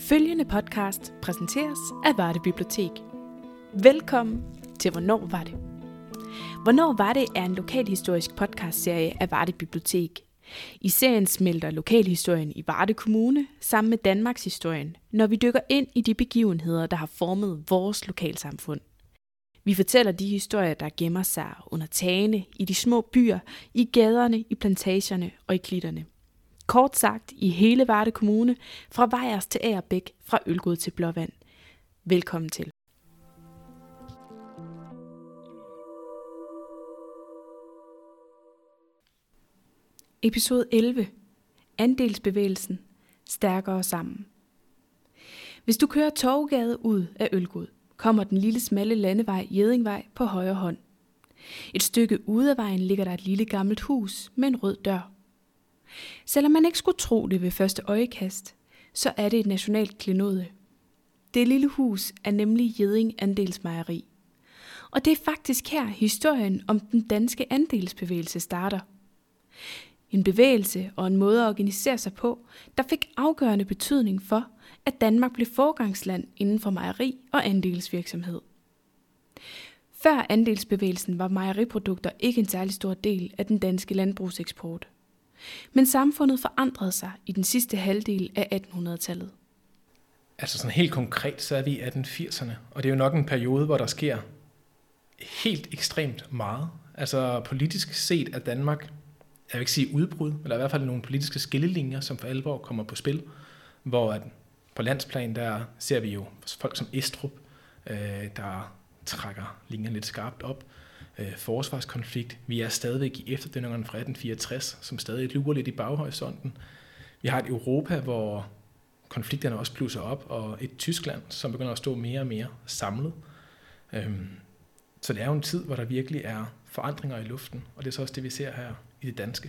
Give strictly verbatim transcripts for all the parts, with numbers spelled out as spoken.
Følgende podcast præsenteres af Varde Bibliotek. Velkommen til Hvornår var det? Hvornår var det er en lokalhistorisk podcastserie af Varde Bibliotek. I serien smelter lokalhistorien i Varde Kommune sammen med Danmarks historien, når vi dykker ind i de begivenheder, der har formet vores lokalsamfund. Vi fortæller de historier, der gemmer sig under tagene, i de små byer, i gaderne, i plantagerne og i klitterne. Kort sagt i hele Varde Kommune, fra Vejers til Agerbæk, fra Ølgod til Blåvand. Velkommen til. Episode elleve. Andelsbevægelsen. Stærkere sammen. Hvis du kører Torvegade ud af Ølgod, kommer den lille smalle landevej Jedingvej på højre hånd. Et stykke ude af vejen ligger der et lille gammelt hus med en rød dør. Selvom man ikke skulle tro det ved første øjekast, så er det et nationalt klenodie. Det lille hus er nemlig Jeding Andelsmejeri. Og det er faktisk her historien om den danske andelsbevægelse starter. En bevægelse og en måde at organisere sig på, der fik afgørende betydning for, at Danmark blev foregangsland inden for mejeri og andelsvirksomhed. Før andelsbevægelsen var mejeriprodukter ikke en særlig stor del af den danske landbrugseksport. Men samfundet forandrede sig i den sidste halvdel af attenhundredetallet. Altså sådan helt konkret, så er vi i atten firserne, og det er jo nok en periode, hvor der sker helt ekstremt meget. Altså politisk set er Danmark, jeg vil ikke sige udbrud, eller i hvert fald nogle politiske skillelinjer, som for alvor kommer på spil, hvor at på landsplan, der ser vi jo folk som Estrup, øh, der trækker linjen lidt skarpt op. Øh, forsvarskonflikt. Vi er stadigvæk i efterdønningerne fra atten fireogtres, som stadig lurer lidt i baghorisonten. Vi har et Europa, hvor konflikterne også blusser op, og et Tyskland, som begynder at stå mere og mere samlet. Øhm, så det er jo en tid, hvor der virkelig er forandringer i luften, og det er så også det, vi ser her i det danske.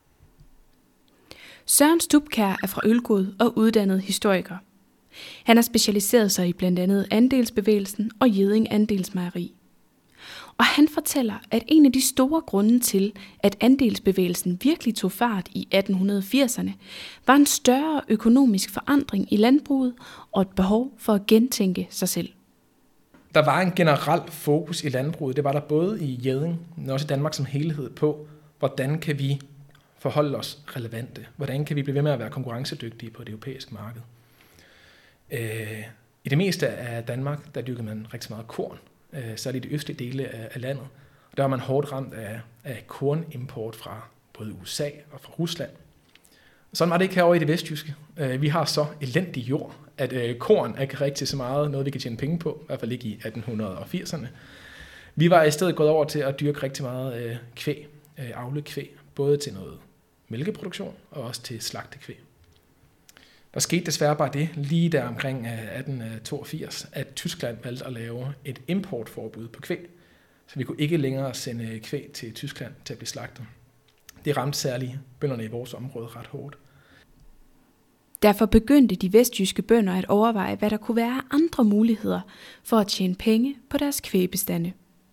Søren Stubkjær er fra Ølgod og uddannet historiker. Han har specialiseret sig i blandt andet andelsbevægelsen og Jeding Andelsmejeri. Og han fortæller, at en af de store grunde til, at andelsbevægelsen virkelig tog fart i atten firserne, var en større økonomisk forandring i landbruget og et behov for at gentænke sig selv. Der var en generel fokus i landbruget. Det var der både i Jeding, men også i Danmark som helhed på, hvordan kan vi forholde os relevante? Hvordan kan vi blive ved med at være konkurrencedygtige på det europæiske marked? Øh, I det meste af Danmark, der dyrkede man rigtig meget korn. Så er det i de østlige dele af landet. Og der var man hårdt ramt af, af kornimport fra både U S A og fra Rusland. Sådan var det ikke herovre i det vestjyske. Vi har så elendig jord, at korn er ikke rigtig så meget noget, vi kan tjene penge på, i hvert fald ikke i atten firserne. Vi var i stedet gået over til at dyrke rigtig meget kvæg, avle kvæg, både til noget mælkeproduktion og også til slagtekvæg. Der skete desværre bare det, lige der omkring atten toogfirs, at Tyskland valgte at lave et importforbud på kvæg, så vi kunne ikke længere sende kvæg til Tyskland til at blive slagtet. Det ramte særligt bønderne i vores område ret hårdt. Derfor begyndte de vestjyske bønder at overveje, hvad der kunne være andre muligheder for at tjene penge på deres kvægbestande.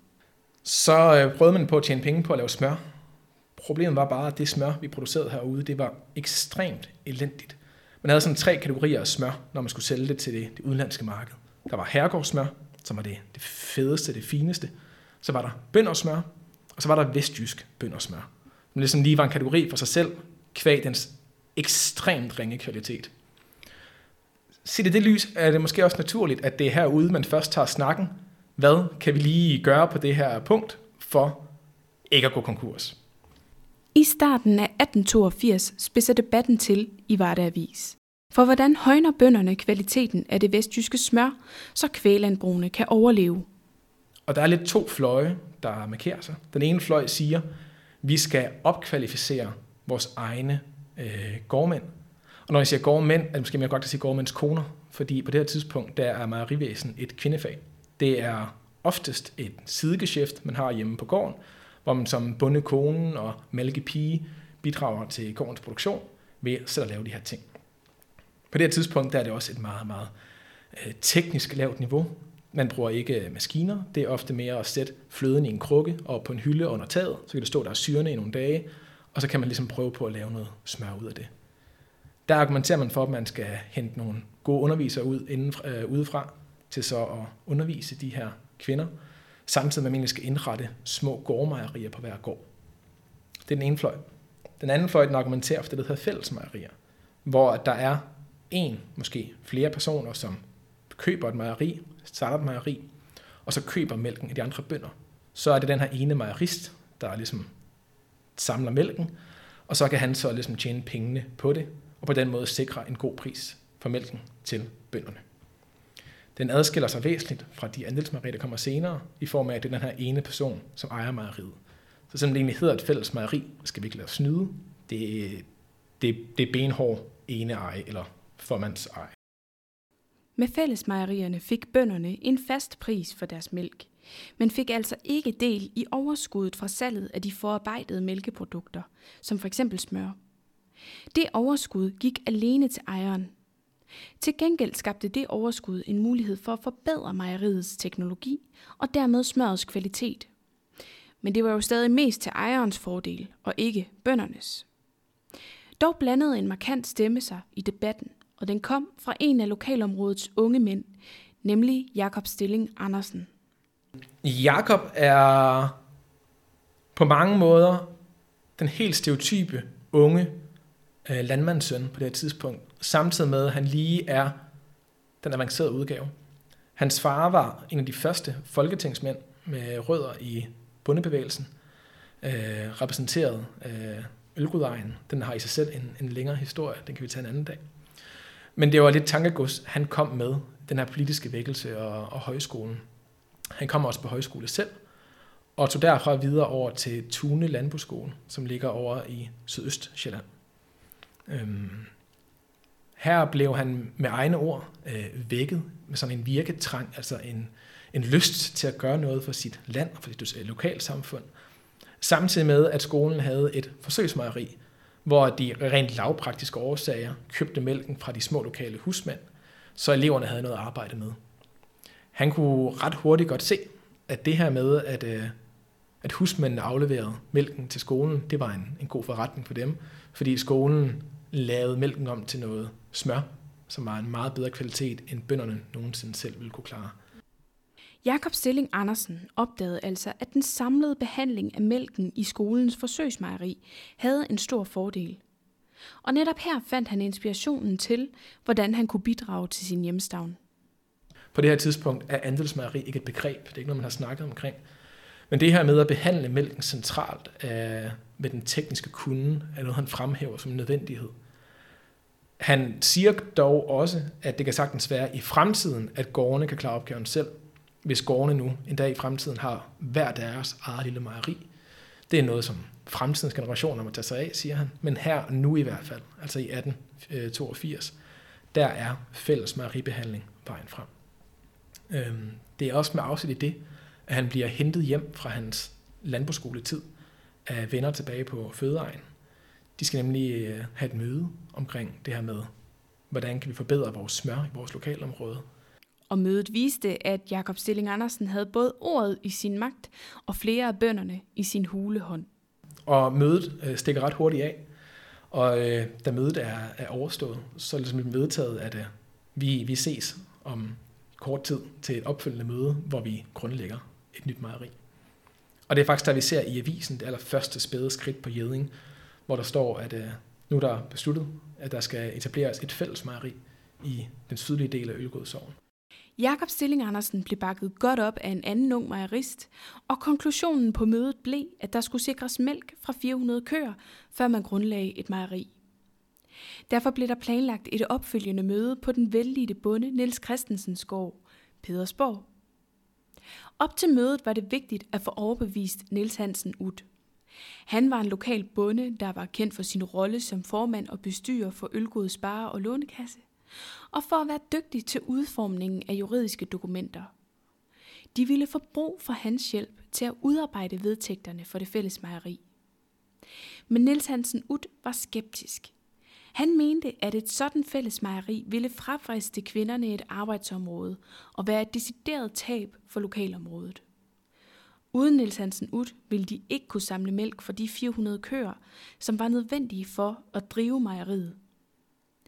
Så prøvede man på at tjene penge på at lave smør. Problemet var bare, at det smør, vi producerede herude, det var ekstremt elendigt. Man havde sådan tre kategorier af smør, når man skulle sælge det til det, det udenlandske marked. Der var herregårdssmør, som var det, det fedeste, det fineste. Så var der bøndersmør, og så var der vestjysk bøndersmør. Men det sådan lige var en kategori for sig selv, kvæg dens ekstremt ringe kvalitet. Set i det lys er det måske også naturligt, at det er herude, man først tager snakken. Hvad kan vi lige gøre på det her punkt for ikke at gå konkurs? I starten af atten toogfirs spidser debatten til i Varde Avis. For hvordan højner bønderne kvaliteten af det vestjyske smør, så kvæglandbrugene kan overleve? Og der er lidt to fløje, der markerer sig. Den ene fløj siger, at vi skal opkvalificere vores egne øh, gårdmænd. Og når jeg siger gårdmænd, er det måske mere godt at sige gårdmænds koner, fordi på det her tidspunkt, der er mejerivæsen et kvindefag. Det er oftest et sidegeschæft, man har hjemme på gården, hvor man som bondekonen og mælkepige bidrager til gårdens produktion ved selv at lave de her ting. På det her tidspunkt der er det også et meget, meget øh, teknisk lavt niveau. Man bruger ikke maskiner. Det er ofte mere at sætte fløden i en krukke og på en hylde under taget. Så kan det stå der syrende i nogle dage, og så kan man ligesom prøve på at lave noget smør ud af det. Der argumenterer man for, at man skal hente nogle gode undervisere ud inden, øh, udefra til så at undervise de her kvinder, samtidig med, at man egentlig skal indrette små gårdmejerier på hver gård. Det er den ene fløj. Den anden fløj, den argumenterer for det, der hedder fællesmejerier, hvor der er en, måske flere personer, som køber et mejeri, starter et mejeri, og så køber mælken af de andre bønder. Så er det den her ene mejerist, der ligesom samler mælken, og så kan han så ligesom tjene pengene på det, og på den måde sikre en god pris for mælken til bønderne. Den adskiller sig væsentligt fra de andelsmejerier, der kommer senere, i form af, at det er den her ene person, som ejer mejeriet. Så selvom det egentlig hedder et fælles mejeri, skal vi ikke lade os snyde. Det, det, det er benhård ene eje eller formands eje. Med fællesmejerierne fik bønderne en fast pris for deres mælk, men fik altså ikke del i overskuddet fra salget af de forarbejdede mælkeprodukter, som for eksempel smør. Det overskud gik alene til ejeren. Til gengæld skabte det overskud en mulighed for at forbedre mejeriets teknologi og dermed smørets kvalitet. Men det var jo stadig mest til ejerens fordel og ikke bøndernes. Dog blandede en markant stemme sig i debatten, og den kom fra en af lokalområdets unge mænd, nemlig Jakob Stilling Andersen. Jakob er på mange måder den helt stereotype unge øh, landmandssøn på det her tidspunkt, samtidig med, at han lige er den avancerede udgave. Hans far var en af de første folketingsmænd med rødder i bondebevægelsen, øh, repræsenteret øh, Ølgudegnen. Den har i sig selv en, en længere historie, den kan vi tage en anden dag. Men det var lidt tankegods, han kom med, den her politiske vækkelse og, og højskolen. Han kom også på højskole selv, og tog derfra videre over til Tune Landbrugsskole, som ligger over i Sydøstsjælland. Øhm, her blev han med egne ord øh, vækket med sådan en virketrang, altså en, en lyst til at gøre noget for sit land og for sit lokalsamfund, samtidig med, at skolen havde et forsøgsmejeri, hvor de rent lavpraktiske årsager købte mælken fra de små lokale husmænd, så eleverne havde noget at arbejde med. Han kunne ret hurtigt godt se, at det her med, at, at husmændene afleverede mælken til skolen, det var en, en god forretning for dem, fordi skolen lavede mælken om til noget smør, som var en meget bedre kvalitet, end bønderne nogensinde selv ville kunne klare. Jakob Stilling Andersen opdagede altså, at den samlede behandling af mælken i skolens forsøgsmejeri havde en stor fordel. Og netop her fandt han inspirationen til, hvordan han kunne bidrage til sin hjemstavn. På det her tidspunkt er andelsmejeri ikke et begreb, det er ikke noget, man har snakket omkring. Men det her med at behandle mælken centralt øh, med den tekniske kunde, er noget, han fremhæver som en nødvendighed. Han siger dog også, at det kan sagtens være i fremtiden, at gårdene kan klare opgaven selv, hvis gårdene nu en dag i fremtiden har hver deres eget lille mejeri. Det er noget, som fremtidens generationer må tage sig af, siger han. Men her og nu i hvert fald, altså i atten toogfirs, der er fælles mejeribehandling vejen frem. Det er også med afsæt i det, at han bliver hentet hjem fra hans landbrugsskoletid af venner tilbage på fødeegnen. De skal nemlig have et møde omkring det her med, hvordan kan vi forbedre vores smør i vores lokalområde. Og mødet viste, at Jakob Stilling Andersen havde både ordet i sin magt og flere af bønderne i sin hulehånd. Og mødet øh, stikker ret hurtigt af, og øh, da mødet er, er overstået, så er det ligesom vedtaget, at øh, vi, vi ses om kort tid til et opfølgende møde, hvor vi grundlægger et nyt mejeri. Og det er faktisk der, vi ser i avisen det allerførste spæde skridt på Gjedding, hvor der står, at øh, nu er der besluttet, at der skal etableres et fælles mejeri i den sydlige del af Ølgod Sogn. Jakob Stilling Andersen blev bakket godt op af en anden ung mejerist, og konklusionen på mødet blev, at der skulle sikres mælk fra fire hundrede køer, før man grundlagde et mejeri. Derfor blev der planlagt et opfølgende møde på den vellidte bonde Niels Christensens gård, Pedersborg. Op til mødet var det vigtigt at få overbevist Niels Hansen Ut. Han var en lokal bonde, der var kendt for sin rolle som formand og bestyrer for Ølgod Spare- og Lånekasse, og for at være dygtig til udformningen af juridiske dokumenter. De ville få brug for hans hjælp til at udarbejde vedtægterne for det fælles mejeri. Men Niels Hansen Ut var skeptisk. Han mente, at et sådan fælles mejeri ville frafriste kvinderne et arbejdsområde og være et decideret tab for lokalområdet. Uden Niels Hansen Ut ville de ikke kunne samle mælk for de fire hundrede køer, som var nødvendige for at drive mejeriet.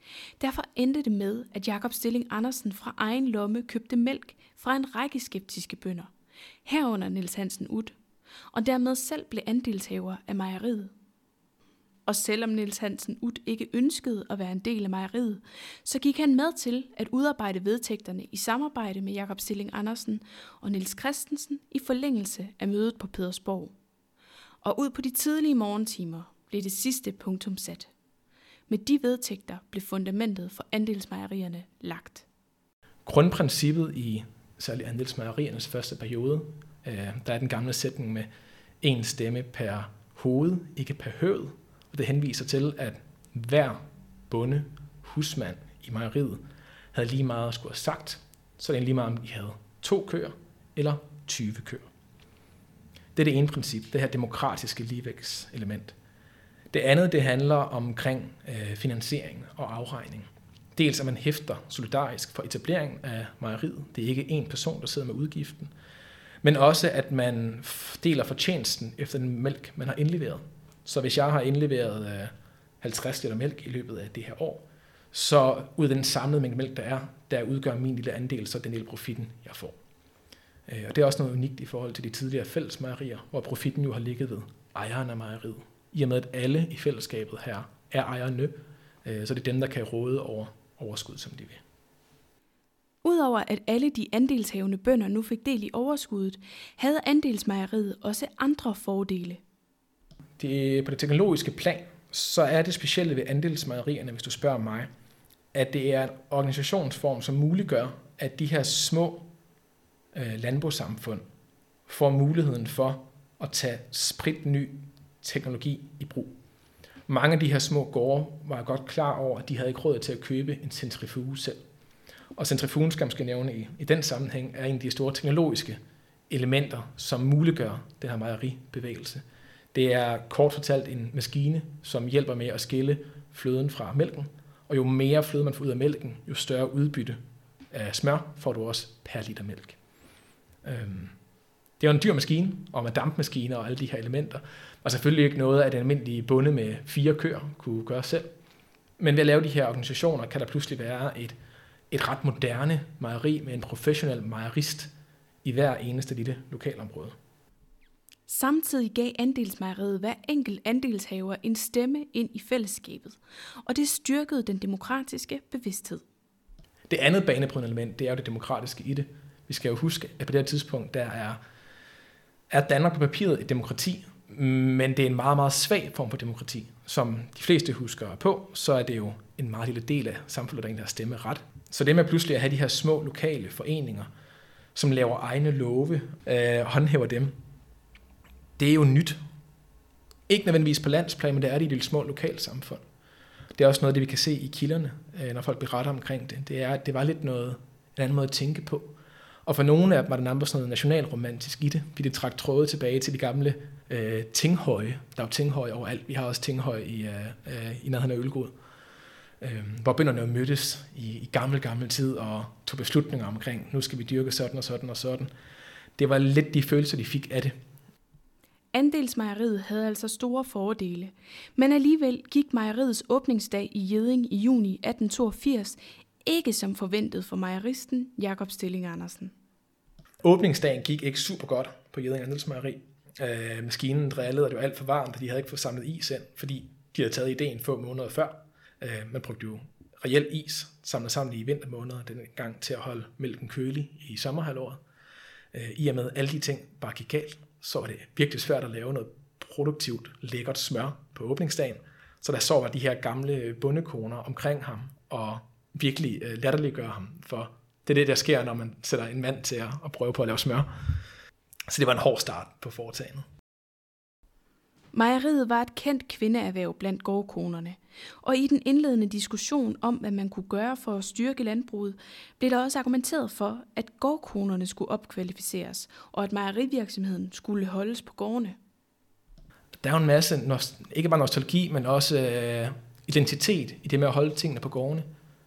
Derfor endte det med, at Jakob Stilling Andersen fra egen lomme købte mælk fra en række skeptiske bønder, herunder Niels Hansen Uth, og dermed selv blev andelshaver af mejeriet. Og selvom Niels Hansen Uth ikke ønskede at være en del af mejeriet, så gik han med til at udarbejde vedtægterne i samarbejde med Jakob Stilling Andersen og Niels Christensen i forlængelse af mødet på Pedersborg. Og ud på de tidlige morgentimer blev det sidste punktum sat. Med de vedtægter blev fundamentet for andelsmejerierne lagt. Grundprincippet i særligt andelsmejeriernes første periode, der er den gamle sætning med en stemme per hoved, ikke per høved. Og det henviser til, at hver bonde, husmand i mejeriet havde lige meget at skulle have sagt, så det er lige meget, om I havde to køer eller tyve køer. Det er det ene princip, det her demokratiske ligevægtselement. Det andet, det handler omkring øh, finansiering og afregning. Dels at man hæfter solidarisk for etablering af mejeriet. Det er ikke én person, der sidder med udgiften. Men også, at man deler fortjenesten efter den mælk, man har indleveret. Så hvis jeg har indleveret øh, halvtreds liter mælk i løbet af det her år, så ud af den samlede mængde mælk, der er, der udgør min lille andel, så den lille profitten, jeg får. Øh, og det er også noget unikt i forhold til de tidligere fællesmejerier, hvor profitten jo har ligget ved ejeren af mejeriet. I og med, at alle i fællesskabet her er ejerne, øh, så det er dem, der kan råde over overskud, som de vil. Udover at alle de andelshavende bønder nu fik del i overskuddet, havde andelsmejeriet også andre fordele. Det, på det teknologiske plan, så er det specielle ved andelsmejerierne, hvis du spørger mig, at det er en organisationsform, som muliggør, at de her små øh, landbrugssamfund får muligheden for at tage spritny teknologi i brug. Mange af de her små gårde var godt klar over, at de havde ikke råd til at købe en centrifuge selv. Og centrifugen, skal man måske nævne i, i den sammenhæng, er en af de store teknologiske elementer, som muliggør den her mejeribevægelse. Det er kort fortalt en maskine, som hjælper med at skille fløden fra mælken, og jo mere fløde man får ud af mælken, jo større udbytte af smør får du også per liter mælk. Øhm, det er jo en dyr maskine, og med dampmaskiner og alle de her elementer, og selvfølgelig ikke noget, at den almindelige bonde med fire køer kunne gøre selv. Men ved at lave de her organisationer, kan der pludselig være et, et ret moderne mejeri med en professionel mejerist i hver eneste lille lokalområde. Samtidig gav andelsmejeriet hver enkelt andelshaver en stemme ind i fællesskabet, og det styrkede den demokratiske bevidsthed. Det andet banebrydende element, det er jo det demokratiske i det. Vi skal jo huske, at på det her tidspunkt, der er, er Danmark på papiret et demokrati, men det er en meget, meget svag form for demokrati. Som de fleste husker på, så er det jo en meget lille del af samfundet, der egentlig har stemmeret. Så det med pludselig at have de her små lokale foreninger, som laver egne love, øh, håndhæver dem, det er jo nyt. Ikke nødvendigvis på landsplan, men det er det i de små lokalsamfund. Det er også noget af det, vi kan se i kilderne, når folk beretter omkring det. Det er, at det var lidt noget, en anden måde at tænke på. Og for nogle af dem var der nærmest sådan noget nationalromantisk i det, fordi det trak tråde tilbage til de gamle øh, tinghøje. Der er jo tinghøje overalt. Vi har også tinghøje i, øh, i nærheden af Ølgod, øh, hvor bønderne jo mødtes i, i gammel, gammel tid og tog beslutninger omkring, nu skal vi dyrke sådan og sådan og sådan. Det var lidt de følelser, de fik af det. Andelsmejeriet havde altså store fordele, men alligevel gik mejeriets åbningsdag i Hjedding i juni atten toogfirs ikke som forventet for mejeristen Jakob Stilling Andersen. Åbningsdagen gik ikke super godt på Hjedding Andelsmejeri. Øh, maskinen drillede, og det var alt for varmt, og de havde ikke fået samlet is ind, fordi de havde taget ideen få måneder før. Øh, man brugte jo reelt is, samlet sammen i vintermåneder, den gang til at holde mælken kølig i sommerhalvåret. Øh, I og med alle de ting bare gik galt, så var det virkelig svært at lave noget produktivt, lækkert smør på åbningsdagen. Så der så var de her gamle bondekoner omkring ham, og virkelig øh, latterliggøre ham, for det er det, der sker, når man sætter en mand til at, at prøve på at lave smør. Så det var en hård start på foretagendet. Mejeriet var et kendt kvindeerhverv blandt gårdkonerne, og i den indledende diskussion om, hvad man kunne gøre for at styrke landbruget, blev der også argumenteret for, at gårdkonerne skulle opkvalificeres, og at mejerivirksomheden skulle holdes på gårdene. Der er jo en masse, ikke bare nostalgi, men også øh, identitet i det med at holde tingene på gårdene.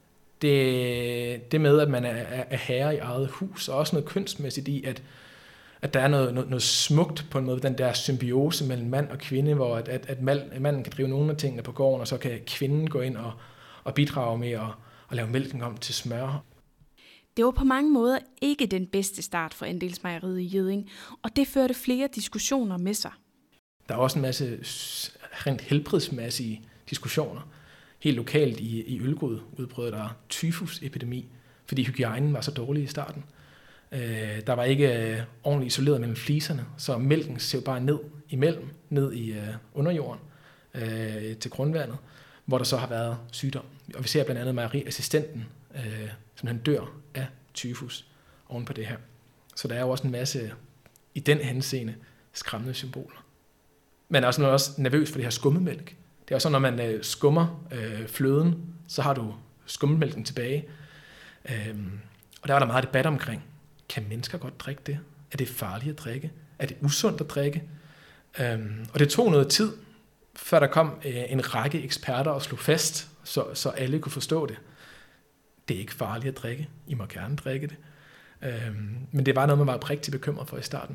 Det, det med, at man er, er herre i eget hus, og også noget kunstmæssigt i, at at der er noget, noget, noget smukt på en måde, den der symbiose mellem mand og kvinde, hvor at, at, at manden kan drive nogle af tingene på gården, og så kan kvinden gå ind og, og bidrage med at, at lave mælken om til smør. Det var på mange måder ikke den bedste start for andelsmejeriet i Gjedding, og det førte flere diskussioner med sig. Der er også en masse rent helbredsmæssige diskussioner. Helt lokalt i, i Ølgod udbrød der tyfusepidemi, fordi hygiejnen var så dårlig i starten. Øh, der var ikke øh, ordentligt isoleret mellem fliserne, så mælken sev bare ned imellem, ned i øh, underjorden øh, til grundvandet, hvor der så har været sygdom. Og vi ser blandt andet mejeriassistenten, øh, som han dør af tyfus oven på det her. Så der er jo også en masse i den henseende skræmmende symboler. Man er også, også nervøs for det her skummemælk. Det er også sådan, når man øh, skummer øh, fløden, så har du skummemælken tilbage. Øhm, og der var der meget debat omkring, kan mennesker godt drikke det? Er det farligt at drikke? Er det usundt at drikke? Øhm, og det tog noget tid, før der kom øh, en række eksperter og slog fast, så, så alle kunne forstå det. Det er ikke farligt at drikke. I må gerne drikke det. Øhm, men det var noget, man var rigtig bekymret for i starten.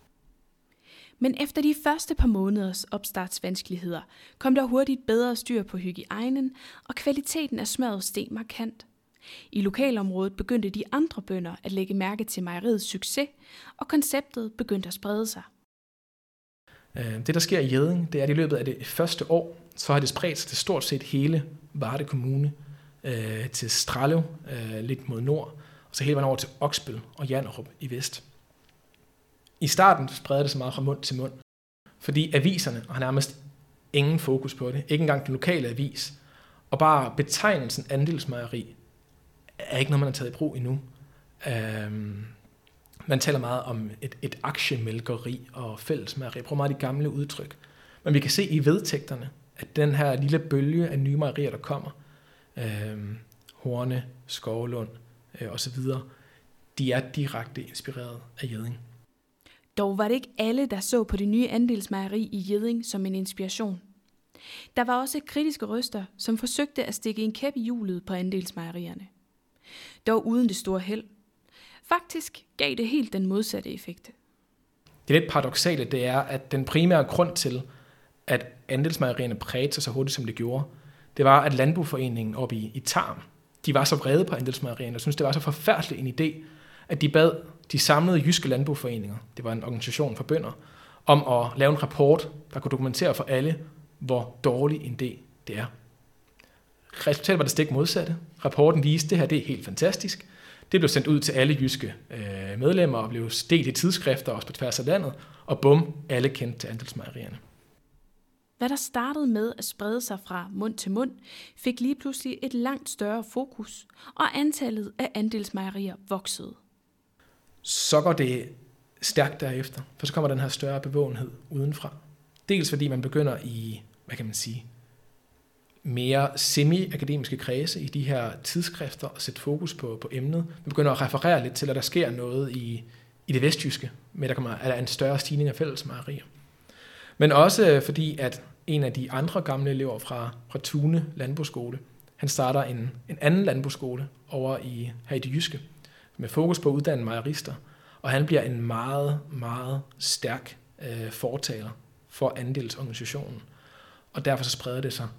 Men efter de første par måneders opstartsvanskeligheder, kom der hurtigt bedre styr på hygiejnen, og kvaliteten af smøret steg markant. I lokalområdet begyndte de andre bønder at lægge mærke til mejeriets succes, og konceptet begyndte at sprede sig. Det, der sker i Gjedding, det er, at i løbet af det første år, så har det spredt sig til stort set hele Varde Kommune, øh, til Strallev, øh, lidt mod nord, og så hele vejen over til Oksbøl og Janderup i vest. I starten spredte det sig meget fra mund til mund, fordi aviserne har nærmest ingen fokus på det, ikke engang den lokale avis, og bare betegnelsen andelsmejeri er ikke noget, man har taget i brug endnu. Øhm, man taler meget om et, et aktiemælkeri og fællesmejeri. Jeg bruger meget de gamle udtryk. Men vi kan se i vedtægterne, at den her lille bølge af nye mejerier, der kommer, øhm, Horne, Skovlund øh, osv., de er direkte inspireret af Gjedding. Dog var det ikke alle, der så på det nye andelsmejeri i Gjedding som en inspiration. Der var også kritiske røster, som forsøgte at stikke en kæp i hjulet på andelsmejerierne. Dog uden det store held. Faktisk gav det helt den modsatte effekt. Det lidt paradoksale, det er, at den primære grund til, at andelsmejerierne prægede sig så hurtigt, som det gjorde, det var, at Landboforeningen oppe i, i Tarm, de var så vrede på andelsmejerierne, og syntes, det var så forfærdelig en idé, at de bad de samlede jyske landboforeninger, det var en organisation for bønder, om at lave en rapport, der kunne dokumentere for alle, hvor dårlig en idé det er. Resultatet var det stik modsatte. Rapporten viste, at det her det er helt fantastisk. Det blev sendt ud til alle jyske øh, medlemmer og blev delt i tidsskrifter også på tværs af landet, og bum, alle kendte til andelsmejerierne. Hvad der startede med at sprede sig fra mund til mund, fik lige pludselig et langt større fokus, og antallet af andelsmejerier voksede. Så går det stærkt derefter, for så kommer den her større bevågenhed udenfra. Dels fordi man begynder i, hvad kan man sige, mere semi-akademiske kredse i de her tidsskrifter og sætte fokus på, på emnet. Man begynder at referere lidt til, at der sker noget i, i det vestjyske, med der kommer er en større stigning af fællesmejerier. Men også fordi, at en af de andre gamle elever fra, fra Tune Landbrugsskole, han starter en, en anden landbrugsskole over i, her i det jyske, med fokus på at uddanne mejerister, og han bliver en meget, meget stærk øh, fortaler for andelsorganisationen. Og derfor så spreder det sig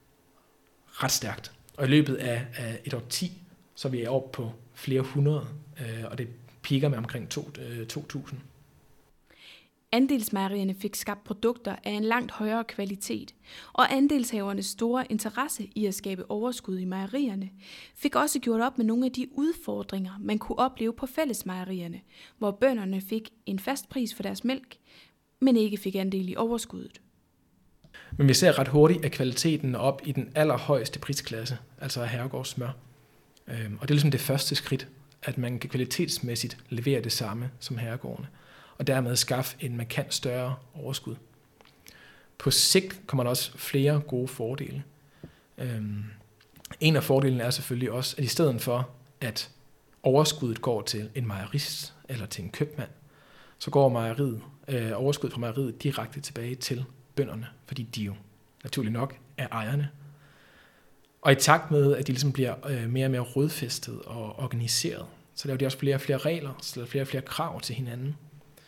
ret stærkt. Og i løbet af, af et årti, så er vi oppe på flere hundrede, øh, og det piker med omkring to tusind. Andelsmejerierne fik skabt produkter af en langt højere kvalitet, og andelshavernes store interesse i at skabe overskud i mejerierne fik også gjort op med nogle af de udfordringer, man kunne opleve på fællesmejerierne, hvor bønderne fik en fast pris for deres mælk, men ikke fik andel i overskuddet. Men vi ser ret hurtigt, at kvaliteten er op i den allerhøjeste prisklasse, altså herregårds smør. Og det er ligesom det første skridt, at man kan kvalitetsmæssigt levere det samme som herregårdene, og dermed skaffe en markant større overskud. På sigt kommer der også flere gode fordele. En af fordelene er selvfølgelig også, at i stedet for, at overskuddet går til en mejerist eller til en købmand, så går mejeriet, øh, overskuddet fra mejeriet direkte tilbage til bønderne, fordi de jo naturligt nok er ejerne. Og i takt med, at de ligesom bliver øh, mere og mere rodfæstet og organiseret, så laver de også flere og flere regler, så laver flere og flere krav til hinanden.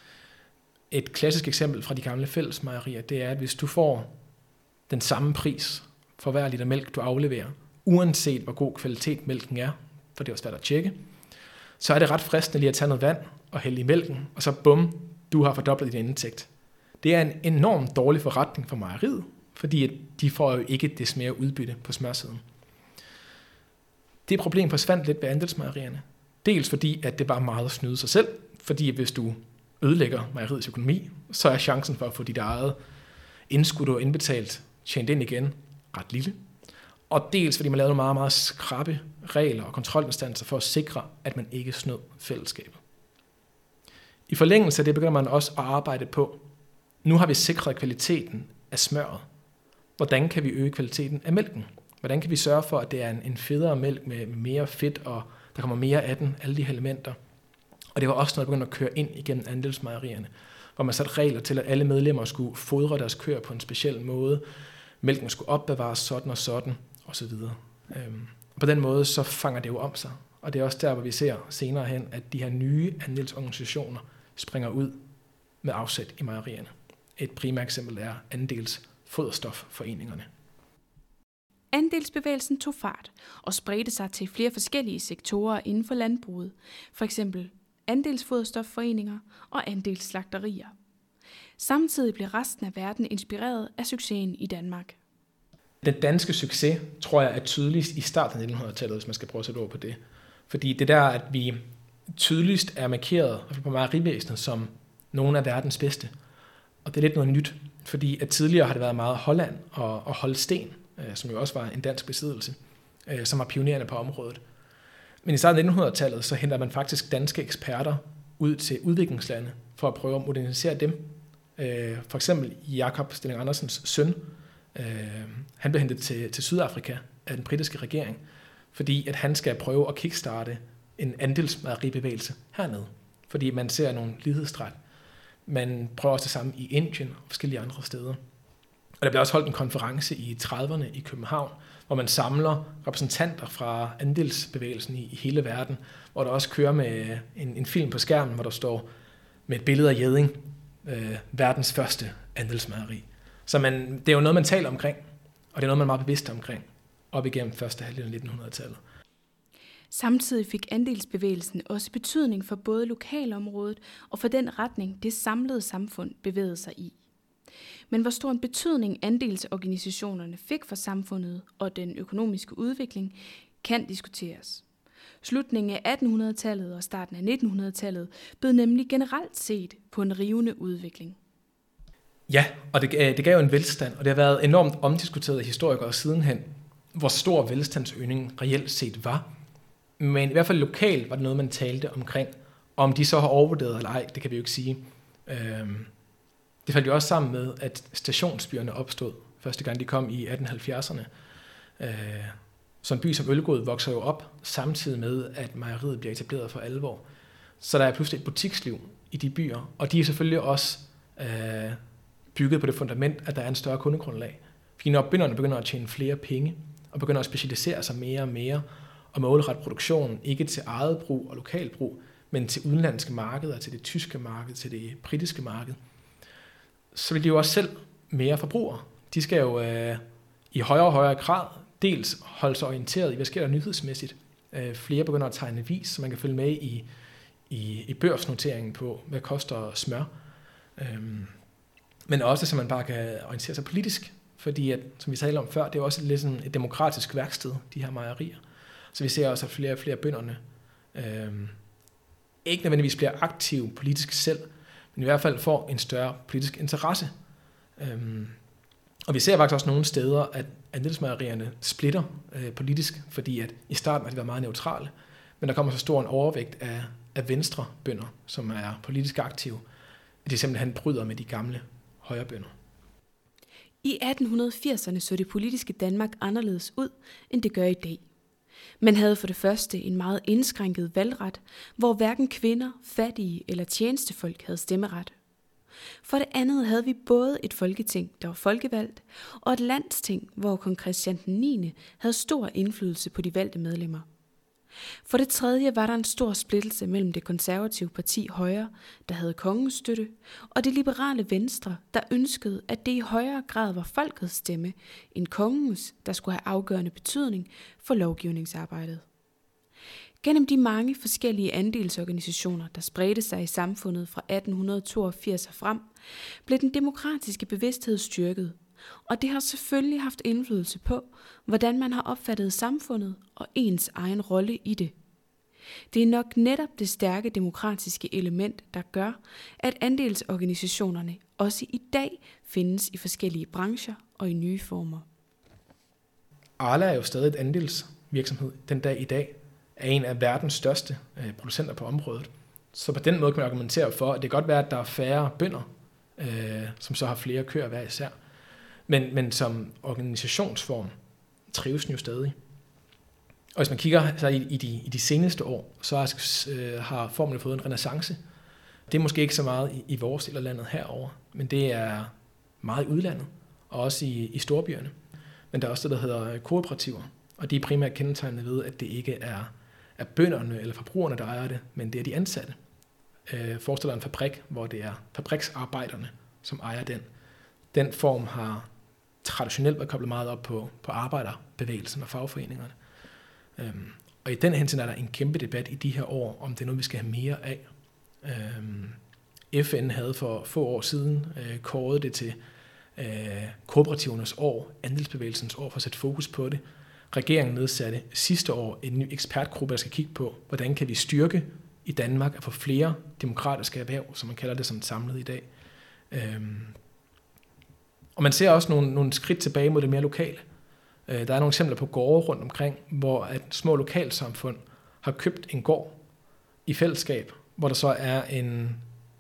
Et klassisk eksempel fra de gamle fællesmejerier, det er, at hvis du får den samme pris for hver liter mælk, du afleverer, uanset hvor god kvalitet mælken er, for det er jo svært at tjekke, så er det ret fristende lige at tage noget vand og hælde i mælken, og så bum, du har fordoblet din indtægt. Det er en enormt dårlig forretning for mejeriet, fordi de får jo ikke des mere udbytte på smørsiden. Det problem forsvandt lidt ved andelsmejerierne. Dels fordi, at det var meget at snyde sig selv, fordi hvis du ødelægger mejeriets økonomi, så er chancen for at få dit eget indskud og indbetalt tjent ind igen ret lille. Og dels fordi man lavede nogle meget, meget skrappe regler og kontrolinstanser for at sikre, at man ikke snød fællesskabet. I forlængelse af det begynder man også at arbejde på, nu har vi sikret kvaliteten af smøret. Hvordan kan vi øge kvaliteten af mælken? Hvordan kan vi sørge for, at det er en, en federe mælk med mere fedt, og der kommer mere af den, alle de her elementer. Og det var også noget, der begyndte at køre ind igennem andelsmejerierne, hvor man satte regler til, at alle medlemmer skulle fodre deres køer på en speciel måde. Mælken skulle opbevares sådan og sådan, osv. Øhm, på den måde så fanger det jo om sig. Og det er også der, hvor vi ser senere hen, at de her nye andelsorganisationer springer ud med afsæt i mejerierne. Et primært eksempel er andelsfoderstofforeningerne. Andelsbevægelsen tog fart og spredte sig til flere forskellige sektorer inden for landbruget, for eksempel andelsfoderstofforeninger og andelsslagterier. Samtidig blev resten af verden inspireret af succesen i Danmark. Den danske succes, tror jeg, er tydeligst i starten af nittenhundredetallet, hvis man skal prøve at sætte ord på det. Fordi det der, at vi tydeligst er markeret på mejerivæsenet som nogle af verdens bedste. Og det er lidt noget nyt, fordi at tidligere har det været meget Holland og, og Holsten, som jo også var en dansk besiddelse, som var pionerende på området. Men i starten af nittenhundredetallet, så henter man faktisk danske eksperter ud til udviklingslande for at prøve at modernisere dem. For eksempel Jakob Stilling Andersens søn, han blev hentet til, til Sydafrika af den britiske regering, fordi at han skal prøve at kickstarte en andelsmejeribevægelse hernede, fordi man ser nogle lighedstræk. Man prøver også det samme i Indien og forskellige andre steder. Og der bliver også holdt en konference i trediverne i København, hvor man samler repræsentanter fra andelsbevægelsen i, i hele verden, hvor der også kører med en, en film på skærmen, hvor der står med et billede af Gjedding, øh, verdens første andelsmejeri. Så man, det er jo noget, man taler omkring, og det er noget, man er meget bevidst omkring, op igennem første halvdel af nittenhundredetallet. Samtidig fik andelsbevægelsen også betydning for både lokalområdet og for den retning, det samlede samfund bevægede sig i. Men hvor stor en betydning andelsorganisationerne fik for samfundet og den økonomiske udvikling, kan diskuteres. Slutningen af attenhundredetallet og starten af nittenhundredetallet bød nemlig generelt set på en rivende udvikling. Ja, og det, det gav jo en velstand, og det har været enormt omdiskuteret af historikere sidenhen, hvor stor velstandsøgningen reelt set var. Men i hvert fald lokalt var det noget, man talte omkring. Om de så har overvurderet eller ej, det kan vi jo ikke sige. Øhm, det faldt jo også sammen med, at stationsbyerne opstod første gang de kom i atten halvfjerdserne. Øh, så en by som Ølgod vokser jo op, samtidig med, at mejeriet bliver etableret for alvor. Så der er pludselig et butiksliv i de byer, og de er selvfølgelig også øh, bygget på det fundament, at der er en større kundegrundlag. Fordi når bønderne begynder at tjene flere penge, og begynder at specialisere sig mere og mere, og målrette produktionen ikke til eget brug og lokal brug, men til udenlandske markeder, til det tyske marked, til det britiske marked, så vil de jo også selv mere forbrugere. De skal jo øh, i højere og højere grad dels holde sig orienteret i, hvad sker der nyhedsmæssigt. Øh, flere begynder at tegne avis, så man kan følge med i, i, i børsnoteringen på, hvad koster smør. Øh, men også, så man bare kan orientere sig politisk, fordi, at, som vi talte om før, det er jo også lidt sådan et demokratisk værksted, de her mejerier. Så vi ser også, at flere og flere bønderne øh, ikke nødvendigvis bliver aktive politisk selv, men i hvert fald får en større politisk interesse. Øhm, og vi ser faktisk også nogle steder, at andelsmejerierne splitter øh, politisk, fordi at i starten har de været meget neutrale, men der kommer så stor en overvægt af, af venstre bønder, som er politisk aktive, at de simpelthen bryder med de gamle højrebønder. I atten firserne så det politiske Danmark anderledes ud, end det gør i dag. Man havde for det første en meget indskrænket valgret, hvor hverken kvinder, fattige eller tjenestefolk havde stemmeret. For det andet havde vi både et folketing, der var folkevalgt, og et landsting, hvor kong Christian den niende havde stor indflydelse på de valgte medlemmer. For det tredje var der en stor splittelse mellem det konservative parti Højre, der havde kongens støtte, og det liberale Venstre, der ønskede, at det i højere grad var folkets stemme end kongens, der skulle have afgørende betydning for lovgivningsarbejdet. Gennem de mange forskellige andelsorganisationer, der spredte sig i samfundet fra atten toogfirs og frem, blev den demokratiske bevidsthed styrket, og det har selvfølgelig haft indflydelse på, hvordan man har opfattet samfundet og ens egen rolle i det. Det er nok netop det stærke demokratiske element, der gør, at andelsorganisationerne også i dag findes i forskellige brancher og i nye former. Arla er jo stadig et andelsvirksomhed den dag i dag, er en af verdens største øh, producenter på området. Så på den måde kan man argumentere for, at det kan godt være, at der er færre bønder, øh, som så har flere køer hver især. Men, men som organisationsform trives den jo stadig. Og hvis man kigger så i, i, de, i de seneste år, så har, øh, har formen fået en renaissance. Det er måske ikke så meget i, i vores del af landet herover, men det er meget i udlandet, og også i, i storbyerne. Men der er også det, der hedder kooperativer, og de er primært kendetegnet ved, at det ikke er, er bønderne eller forbrugerne, der ejer det, men det er de ansatte. Øh, forestil dig en fabrik, hvor det er fabriksarbejderne, som ejer den. Den form har traditionelt været koblet meget op på, på arbejderbevægelsen og fagforeningerne. Øhm, og i den hensyn er der en kæmpe debat i de her år, om det er noget, vi skal have mere af. Øhm, F N havde for få år siden øh, kåret det til øh, kooperativernes år, andelsbevægelsens år, for at sætte fokus på det. Regeringen nedsatte sidste år en ny ekspertgruppe, der skal kigge på, hvordan kan vi styrke i Danmark at få flere demokratiske erhverv, som man kalder det som samlet i dag. Øhm, Og man ser også nogle, nogle skridt tilbage mod det mere lokale. Der er nogle eksempler på gårde rundt omkring, hvor at små lokalsamfund har købt en gård i fællesskab, hvor der så er en,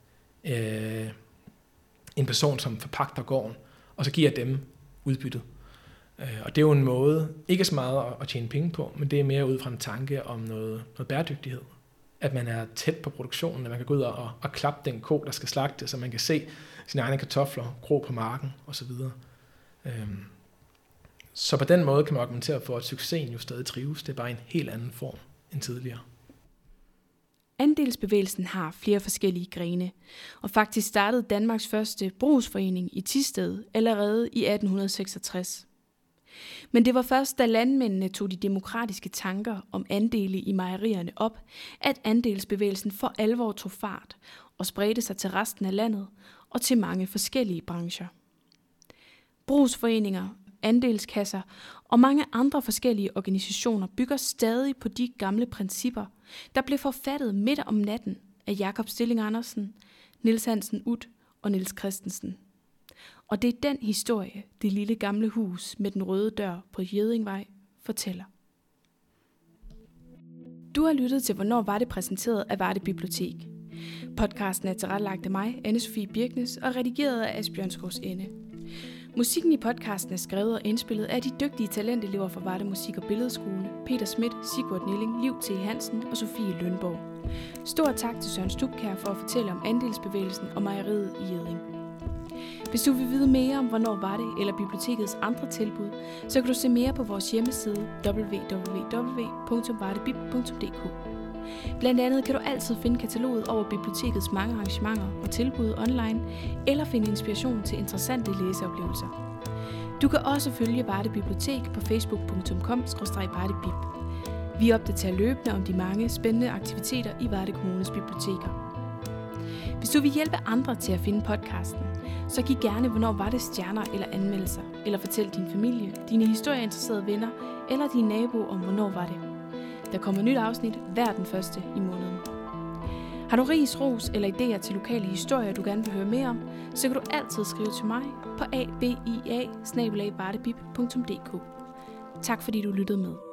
øh, en person, som forpagter gården, og så giver dem udbyttet. Og det er jo en måde, ikke så meget at tjene penge på, men det er mere ud fra en tanke om noget, noget bæredygtighed. At man er tæt på produktionen, at man kan gå ud og, og klappe den ko, der skal slagte, så man kan se sine egne kartofler gro på marken osv. Øhm. Så på den måde kan man argumentere for, at succesen jo stadig trives. Det er bare en helt anden form end tidligere. Andelsbevægelsen har flere forskellige grene, og faktisk startede Danmarks første brugsforening i Thisted allerede i atten seksogtres. Men det var først, da landmændene tog de demokratiske tanker om andele i mejerierne op, at andelsbevægelsen for alvor tog fart og spredte sig til resten af landet og til mange forskellige brancher. Brugsforeninger, andelskasser og mange andre forskellige organisationer bygger stadig på de gamle principper, der blev forfattet midt om natten af Jakob Stilling Andersen, Niels Hansen Uth og Niels Christensen. Og det er den historie, det lille gamle hus med den røde dør på Hjeddingvej fortæller. Du har lyttet til Hvornår var det præsenteret af Varde Bibliotek. Podcasten er tilrettelagt af mig, Anne-Sophie Birknes, og redigeret af Asbjørn Skovs Ende. Musikken i podcasten er skrevet og indspillet af de dygtige talentelever fra Varde Musik- og Billedskole, Peter Schmidt, Sigurd Nilling, Liv T. Hansen og Sofie Lønborg. Stor tak til Søren Stubkjær for at fortælle om andelsbevægelsen og mejeriet i Hjedding. Hvis du vil vide mere om, hvornår var det, eller bibliotekets andre tilbud, så kan du se mere på vores hjemmeside w w w punktum vardebib punktum d k. Blandt andet kan du altid finde kataloget over bibliotekets mange arrangementer og tilbud online, eller finde inspiration til interessante læseoplevelser. Du kan også følge Varde Bibliotek på facebook punktum com skråstreg vardebib. Vi opdaterer løbende om de mange spændende aktiviteter i Varde Kommunes biblioteker. Hvis du vil hjælpe andre til at finde podcasten, så giv gerne Hvornår var det stjerner eller anmeldelser, eller fortæl din familie, dine historieinteresserede venner eller din nabo om Hvornår var det. Der kommer nyt afsnit hver den første i måneden. Har du ris, ros eller idéer til lokale historier, du gerne vil høre mere om, så kan du altid skrive til mig på a b i a bindestreg vardebib punktum d k. Tak fordi du lyttede med.